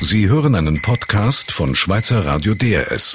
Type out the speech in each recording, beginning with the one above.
Sie hören einen Podcast von Schweizer Radio DRS.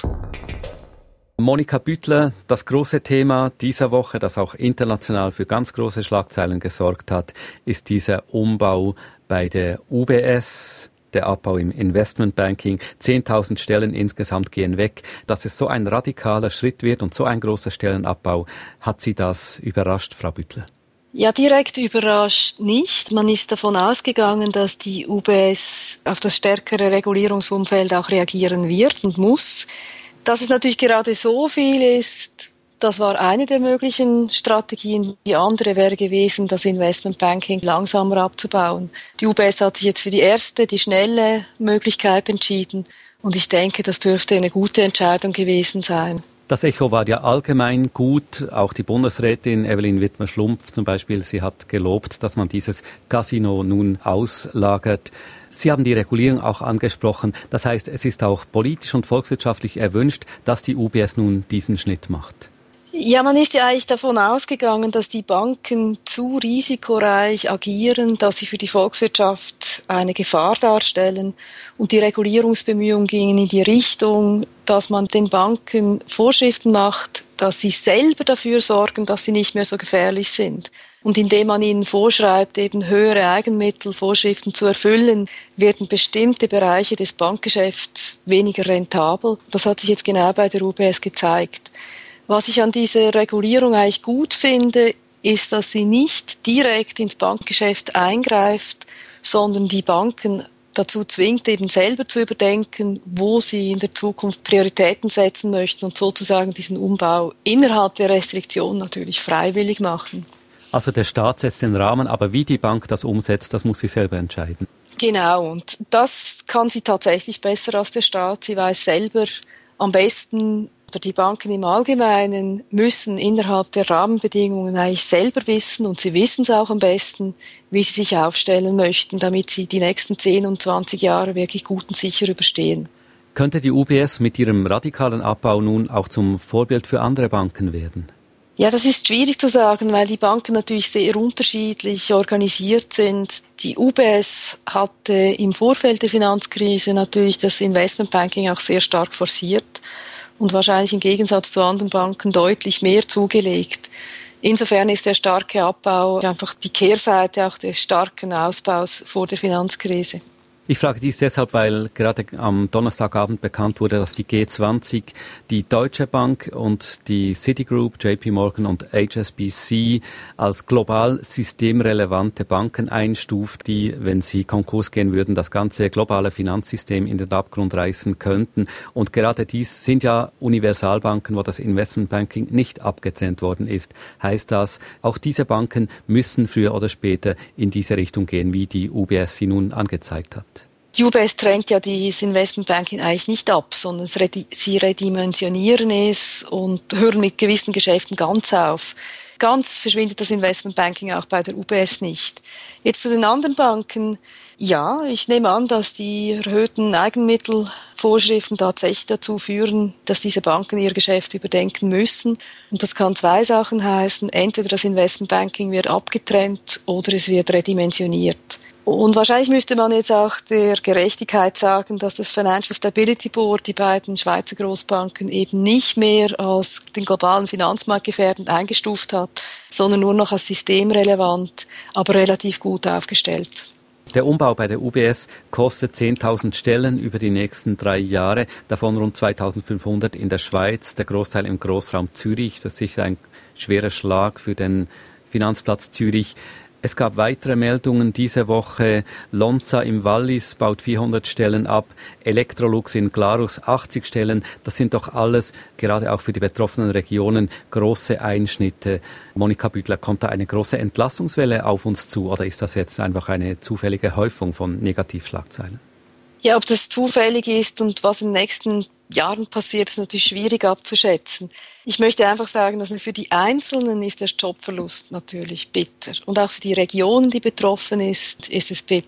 Monika Büttler, das große Thema dieser Woche, das auch international für ganz große Schlagzeilen gesorgt hat, ist dieser Umbau bei der UBS, der Abbau im Investmentbanking. 10.000 Stellen insgesamt gehen weg. Dass es so ein radikaler Schritt wird und so ein großer Stellenabbau, hat Sie das überrascht, Frau Büttler? Ja, direkt überrascht nicht. Man ist davon ausgegangen, dass die UBS auf das stärkere Regulierungsumfeld auch reagieren wird und muss. Dass es natürlich gerade so viel ist, das war eine der möglichen Strategien. Die andere wäre gewesen, das Investmentbanking langsamer abzubauen. Die UBS hat sich jetzt für die schnelle Möglichkeit entschieden. Und ich denke, das dürfte eine gute Entscheidung gewesen sein. Das Echo war ja allgemein gut. Auch die Bundesrätin Evelyn Wittmer-Schlumpf zum Beispiel, sie hat gelobt, dass man dieses Casino nun auslagert. Sie haben die Regulierung auch angesprochen. Das heißt, es ist auch politisch und volkswirtschaftlich erwünscht, dass die UBS nun diesen Schnitt macht. Ja, man ist ja eigentlich davon ausgegangen, dass die Banken zu risikoreich agieren, dass sie für die Volkswirtschaft eine Gefahr darstellen. Und die Regulierungsbemühungen gingen in die Richtung, dass man den Banken Vorschriften macht, dass sie selber dafür sorgen, dass sie nicht mehr so gefährlich sind. Und indem man ihnen vorschreibt, eben höhere Eigenmittelvorschriften zu erfüllen, werden bestimmte Bereiche des Bankgeschäfts weniger rentabel. Das hat sich jetzt genau bei der UBS gezeigt. Was ich an dieser Regulierung eigentlich gut finde, ist, dass sie nicht direkt ins Bankgeschäft eingreift, sondern die Banken dazu zwingt, eben selber zu überdenken, wo sie in der Zukunft Prioritäten setzen möchten und sozusagen diesen Umbau innerhalb der Restriktion natürlich freiwillig machen. Also der Staat setzt den Rahmen, aber wie die Bank das umsetzt, das muss sie selber entscheiden. Genau, und das kann sie tatsächlich besser als der Staat. Sie weiß selber am besten, oder die Banken im Allgemeinen müssen innerhalb der Rahmenbedingungen eigentlich selber wissen, und sie wissen es auch am besten, wie sie sich aufstellen möchten, damit sie die nächsten 10 und 20 Jahre wirklich gut und sicher überstehen. Könnte die UBS mit ihrem radikalen Abbau nun auch zum Vorbild für andere Banken werden? Ja, das ist schwierig zu sagen, weil die Banken natürlich sehr unterschiedlich organisiert sind. Die UBS hatte im Vorfeld der Finanzkrise natürlich das Investmentbanking auch sehr stark forciert und wahrscheinlich im Gegensatz zu anderen Banken deutlich mehr zugelegt. Insofern ist der starke Abbau einfach die Kehrseite auch des starken Ausbaus vor der Finanzkrise. Ich frage dies deshalb, weil gerade am Donnerstagabend bekannt wurde, dass die G20 die Deutsche Bank und die Citigroup, JP Morgan und HSBC als global systemrelevante Banken einstuft, die, wenn sie Konkurs gehen würden, das ganze globale Finanzsystem in den Abgrund reißen könnten. Und gerade dies sind ja Universalbanken, wo das Investmentbanking nicht abgetrennt worden ist. Heißt das, auch diese Banken müssen früher oder später in diese Richtung gehen, wie die UBS sie nun angezeigt hat? Die UBS drängt ja das Investmentbanking eigentlich nicht ab, sondern sie redimensionieren es und hören mit gewissen Geschäften ganz auf. Ganz verschwindet das Investmentbanking auch bei der UBS nicht. Jetzt zu den anderen Banken. Ja, ich nehme an, dass die erhöhten Eigenmittelvorschriften tatsächlich dazu führen, dass diese Banken ihr Geschäft überdenken müssen. Und das kann zwei Sachen heißen. Entweder das Investmentbanking wird abgetrennt oder es wird redimensioniert. Und wahrscheinlich müsste man jetzt auch der Gerechtigkeit sagen, dass das Financial Stability Board die beiden Schweizer Großbanken eben nicht mehr als den globalen Finanzmarkt gefährdend eingestuft hat, sondern nur noch als systemrelevant, aber relativ gut aufgestellt. Der Umbau bei der UBS kostet 10.000 Stellen über die nächsten 3 Jahre, davon rund 2.500 in der Schweiz, der Großteil im Großraum Zürich. Das ist sicher ein schwerer Schlag für den Finanzplatz Zürich. Es gab weitere Meldungen diese Woche. Lonza im Wallis baut 400 Stellen ab, Electrolux in Glarus 80 Stellen. Das sind doch alles, gerade auch für die betroffenen Regionen, große Einschnitte. Monika Büttler, kommt da eine große Entlassungswelle auf uns zu oder ist das jetzt einfach eine zufällige Häufung von Negativschlagzeilen? Ja, ob das zufällig ist und was in den nächsten Jahren passiert, ist natürlich schwierig abzuschätzen. Ich möchte einfach sagen, dass für die Einzelnen ist der Jobverlust natürlich bitter. Und auch für die Region, die betroffen ist es bitter.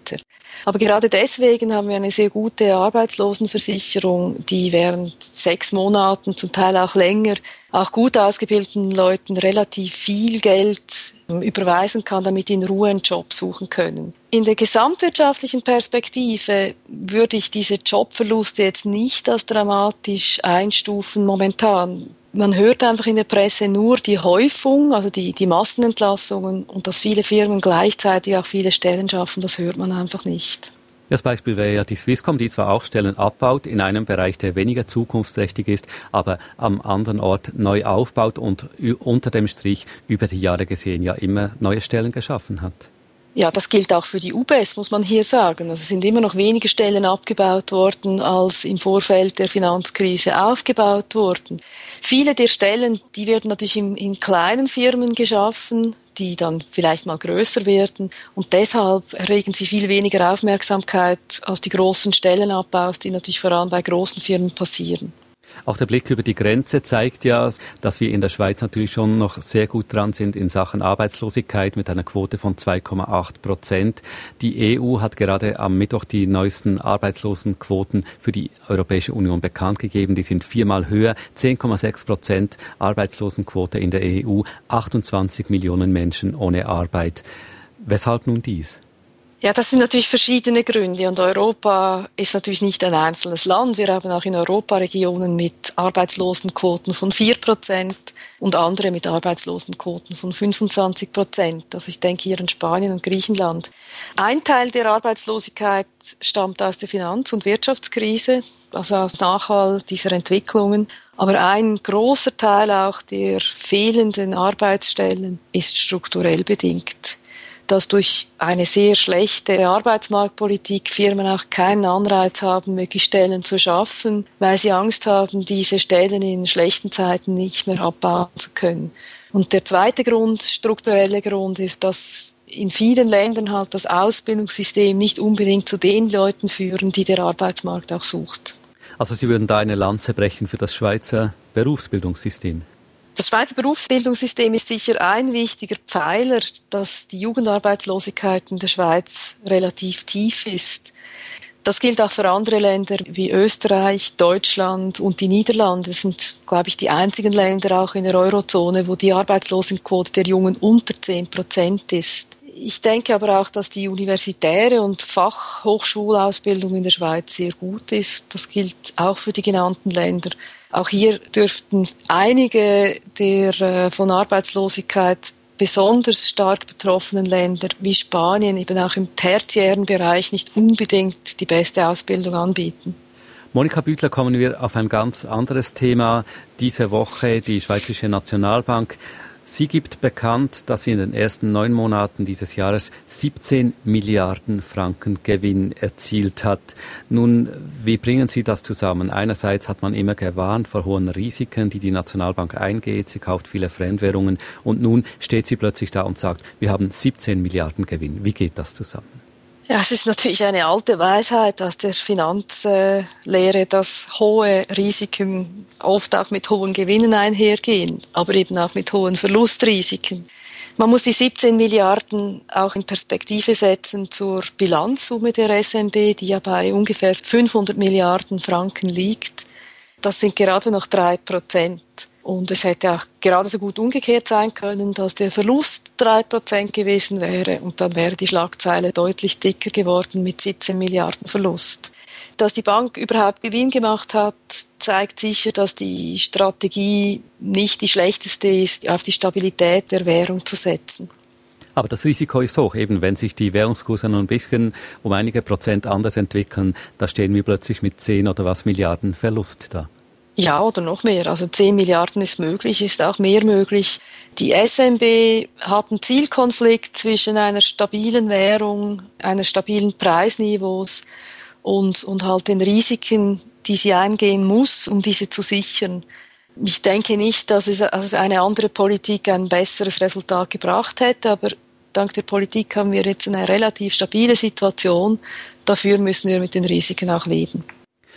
Aber gerade deswegen haben wir eine sehr gute Arbeitslosenversicherung, die während 6 Monaten, zum Teil auch länger, auch gut ausgebildeten Leuten relativ viel Geld überweisen kann, damit die in Ruhe einen Job suchen können. In der gesamtwirtschaftlichen Perspektive würde ich diese Jobverluste jetzt nicht als dramatisch einstufen momentan. Man hört einfach in der Presse nur die Häufung, also die Massenentlassungen und dass viele Firmen gleichzeitig auch viele Stellen schaffen, das hört man einfach nicht. Das Beispiel wäre ja die Swisscom, die zwar auch Stellen abbaut, in einem Bereich, der weniger zukunftsträchtig ist, aber am anderen Ort neu aufbaut und unter dem Strich über die Jahre gesehen ja immer neue Stellen geschaffen hat. Ja, das gilt auch für die UBS, muss man hier sagen. Also es sind immer noch weniger Stellen abgebaut worden, als im Vorfeld der Finanzkrise aufgebaut wurden. Viele der Stellen, die werden natürlich in kleinen Firmen geschaffen, die dann vielleicht mal größer werden. Und deshalb erregen sie viel weniger Aufmerksamkeit als die großen Stellenabbaus, die natürlich vor allem bei großen Firmen passieren. Auch der Blick über die Grenze zeigt ja, dass wir in der Schweiz natürlich schon noch sehr gut dran sind in Sachen Arbeitslosigkeit mit einer Quote von 2,8%. Die EU hat gerade am Mittwoch die neuesten Arbeitslosenquoten für die Europäische Union bekannt gegeben. Die sind 4-mal höher, 10,6% Arbeitslosenquote in der EU, 28 Millionen Menschen ohne Arbeit. Weshalb nun dies? Ja, das sind natürlich verschiedene Gründe und Europa ist natürlich nicht ein einzelnes Land. Wir haben auch in Europa Regionen mit Arbeitslosenquoten von 4% und andere mit Arbeitslosenquoten von 25%. Also ich denke hier an Spanien und Griechenland. Ein Teil der Arbeitslosigkeit stammt aus der Finanz- und Wirtschaftskrise, also aus Nachhall dieser Entwicklungen. Aber ein großer Teil auch der fehlenden Arbeitsstellen ist strukturell bedingt, dass durch eine sehr schlechte Arbeitsmarktpolitik Firmen auch keinen Anreiz haben, mögliche Stellen zu schaffen, weil sie Angst haben, diese Stellen in schlechten Zeiten nicht mehr abbauen zu können. Und der zweite Grund, strukturelle Grund, ist, dass in vielen Ländern halt das Ausbildungssystem nicht unbedingt zu den Leuten führen, die der Arbeitsmarkt auch sucht. Also Sie würden da eine Lanze brechen für das Schweizer Berufsbildungssystem? Das Schweizer Berufsbildungssystem ist sicher ein wichtiger Pfeiler, dass die Jugendarbeitslosigkeit in der Schweiz relativ tief ist. Das gilt auch für andere Länder wie Österreich, Deutschland und die Niederlande. Das sind, glaube ich, die einzigen Länder auch in der Eurozone, wo die Arbeitslosenquote der Jungen unter 10% ist. Ich denke aber auch, dass die universitäre und Fachhochschulausbildung in der Schweiz sehr gut ist. Das gilt auch für die genannten Länder. Auch hier dürften einige der von Arbeitslosigkeit besonders stark betroffenen Länder wie Spanien eben auch im tertiären Bereich nicht unbedingt die beste Ausbildung anbieten. Monika Büttler, kommen wir auf ein ganz anderes Thema. Diese Woche die Schweizerische Nationalbank. Sie gibt bekannt, dass sie in den ersten 9 Monaten dieses Jahres 17 Milliarden Franken Gewinn erzielt hat. Nun, wie bringen Sie das zusammen? Einerseits hat man immer gewarnt vor hohen Risiken, die die Nationalbank eingeht. Sie kauft viele Fremdwährungen und nun steht sie plötzlich da und sagt, wir haben 17 Milliarden Gewinn. Wie geht das zusammen? Ja, es ist natürlich eine alte Weisheit aus der Finanzlehre, dass hohe Risiken oft auch mit hohen Gewinnen einhergehen, aber eben auch mit hohen Verlustrisiken. Man muss die 17 Milliarden auch in Perspektive setzen zur Bilanzsumme der SNB, die ja bei ungefähr 500 Milliarden Franken liegt. Das sind gerade noch 3%. Und es hätte auch gerade so gut umgekehrt sein können, dass der Verlust 3% gewesen wäre und dann wäre die Schlagzeile deutlich dicker geworden mit 17 Milliarden Verlust. Dass die Bank überhaupt Gewinn gemacht hat, zeigt sicher, dass die Strategie nicht die schlechteste ist, auf die Stabilität der Währung zu setzen. Aber das Risiko ist hoch. Eben wenn sich die Währungskurse noch ein bisschen um einige Prozent anders entwickeln, da stehen wir plötzlich mit 10 oder was Milliarden Verlust da. Ja, oder noch mehr. Also 10 Milliarden ist möglich, ist auch mehr möglich. Die SNB hat einen Zielkonflikt zwischen einer stabilen Währung, einer stabilen Preisniveaus und halt den Risiken, die sie eingehen muss, um diese zu sichern. Ich denke nicht, dass es eine andere Politik ein besseres Resultat gebracht hätte, aber dank der Politik haben wir jetzt eine relativ stabile Situation. Dafür müssen wir mit den Risiken auch leben.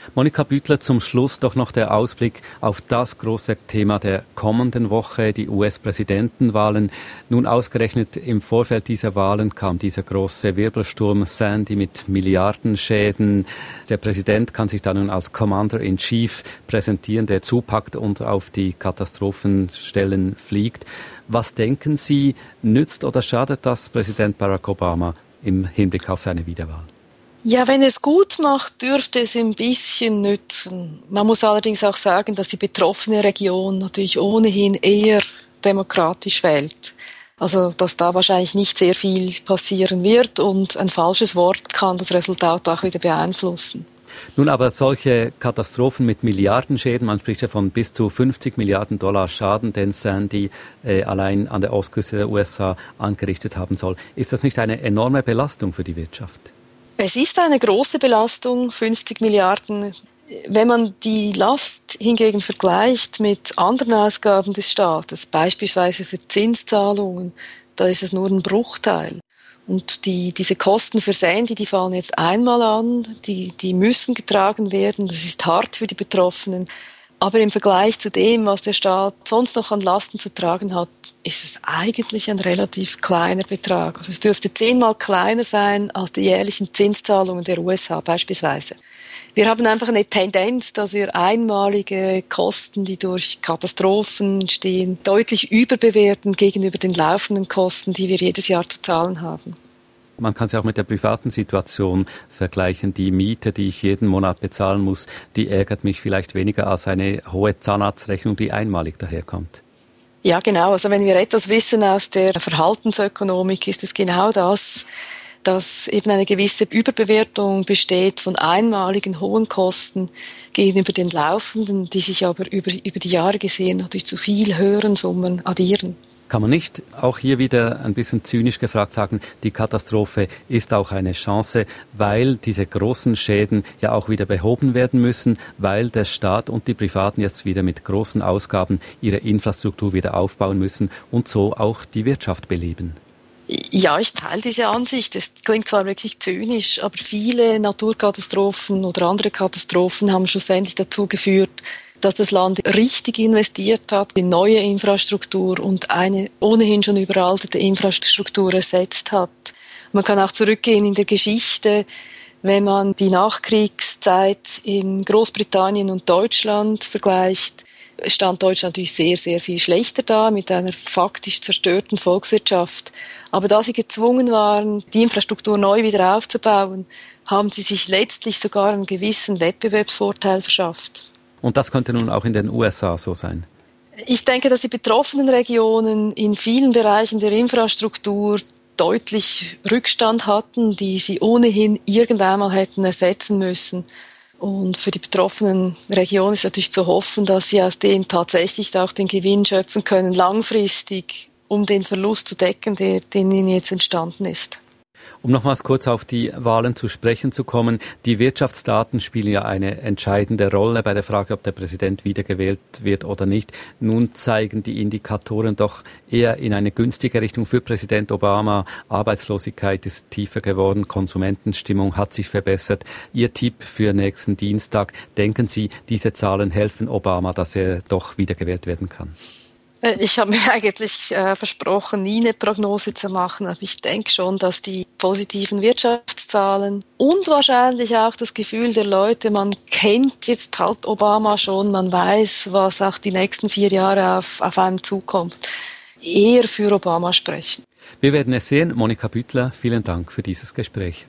Monika Büttler, zum Schluss doch noch der Ausblick auf das große Thema der kommenden Woche, die US-Präsidentenwahlen. Nun ausgerechnet im Vorfeld dieser Wahlen kam dieser große Wirbelsturm Sandy mit Milliardenschäden. Der Präsident kann sich dann nun als Commander-in-Chief präsentieren, der zupackt und auf die Katastrophenstellen fliegt. Was denken Sie, nützt oder schadet das Präsident Barack Obama im Hinblick auf seine Wiederwahl? Ja, wenn er es gut macht, dürfte es ein bisschen nützen. Man muss allerdings auch sagen, dass die betroffene Region natürlich ohnehin eher demokratisch wählt. Also, dass da wahrscheinlich nicht sehr viel passieren wird und ein falsches Wort kann das Resultat auch wieder beeinflussen. Nun aber solche Katastrophen mit Milliardenschäden, man spricht ja von bis zu 50 Milliarden Dollar Schaden, den Sandy allein an der Ostküste der USA angerichtet haben soll. Ist das nicht eine enorme Belastung für die Wirtschaft? Es ist eine große Belastung, 50 Milliarden. Wenn man die Last hingegen vergleicht mit anderen Ausgaben des Staates, beispielsweise für Zinszahlungen, da ist es nur ein Bruchteil. Und diese Kosten für Sandy, die fallen jetzt einmal an, die müssen getragen werden, das ist hart für die Betroffenen. Aber im Vergleich zu dem, was der Staat sonst noch an Lasten zu tragen hat, ist es eigentlich ein relativ kleiner Betrag. Also es dürfte 10-mal kleiner sein als die jährlichen Zinszahlungen der USA beispielsweise. Wir haben einfach eine Tendenz, dass wir einmalige Kosten, die durch Katastrophen entstehen, deutlich überbewerten gegenüber den laufenden Kosten, die wir jedes Jahr zu zahlen haben. Man kann es ja auch mit der privaten Situation vergleichen. Die Miete, die ich jeden Monat bezahlen muss, die ärgert mich vielleicht weniger als eine hohe Zahnarztrechnung, die einmalig daherkommt. Ja, genau. Also wenn wir etwas wissen aus der Verhaltensökonomik, ist es genau das, dass eben eine gewisse Überbewertung besteht von einmaligen hohen Kosten gegenüber den laufenden, die sich aber über die Jahre gesehen natürlich zu viel höheren Summen addieren. Kann man nicht auch hier wieder ein bisschen zynisch gefragt sagen, die Katastrophe ist auch eine Chance, weil diese großen Schäden ja auch wieder behoben werden müssen, weil der Staat und die Privaten jetzt wieder mit großen Ausgaben ihre Infrastruktur wieder aufbauen müssen und so auch die Wirtschaft beleben? Ja, ich teile diese Ansicht. Es klingt zwar wirklich zynisch, aber viele Naturkatastrophen oder andere Katastrophen haben schlussendlich dazu geführt, dass das Land richtig investiert hat in neue Infrastruktur und eine ohnehin schon überalterte Infrastruktur ersetzt hat. Man kann auch zurückgehen in der Geschichte, wenn man die Nachkriegszeit in Großbritannien und Deutschland vergleicht, stand Deutschland natürlich sehr, sehr viel schlechter da mit einer faktisch zerstörten Volkswirtschaft. Aber da sie gezwungen waren, die Infrastruktur neu wieder aufzubauen, haben sie sich letztlich sogar einen gewissen Wettbewerbsvorteil verschafft. Und das könnte nun auch in den USA so sein? Ich denke, dass die betroffenen Regionen in vielen Bereichen der Infrastruktur deutlich Rückstand hatten, die sie ohnehin irgendwann mal hätten ersetzen müssen. Und für die betroffenen Regionen ist natürlich zu hoffen, dass sie aus dem tatsächlich auch den Gewinn schöpfen können, langfristig, um den Verlust zu decken, der ihnen jetzt entstanden ist. Um nochmals kurz auf die Wahlen zu sprechen zu kommen, die Wirtschaftsdaten spielen ja eine entscheidende Rolle bei der Frage, ob der Präsident wiedergewählt wird oder nicht. Nun zeigen die Indikatoren doch eher in eine günstige Richtung für Präsident Obama. Arbeitslosigkeit ist tiefer geworden, Konsumentenstimmung hat sich verbessert. Ihr Tipp für nächsten Dienstag, denken Sie, diese Zahlen helfen Obama, dass er doch wiedergewählt werden kann? Ich habe mir eigentlich versprochen, nie eine Prognose zu machen, aber ich denke schon, dass die positiven Wirtschaftszahlen und wahrscheinlich auch das Gefühl der Leute, man kennt jetzt halt Obama schon, man weiß, was auch die nächsten 4 Jahre auf einem zukommt, eher für Obama sprechen. Wir werden es sehen. Monika Büttler, vielen Dank für dieses Gespräch.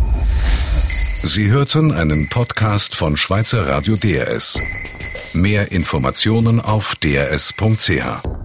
Sie hörten einen Podcast von Schweizer Radio DRS. Mehr Informationen auf drs.ch.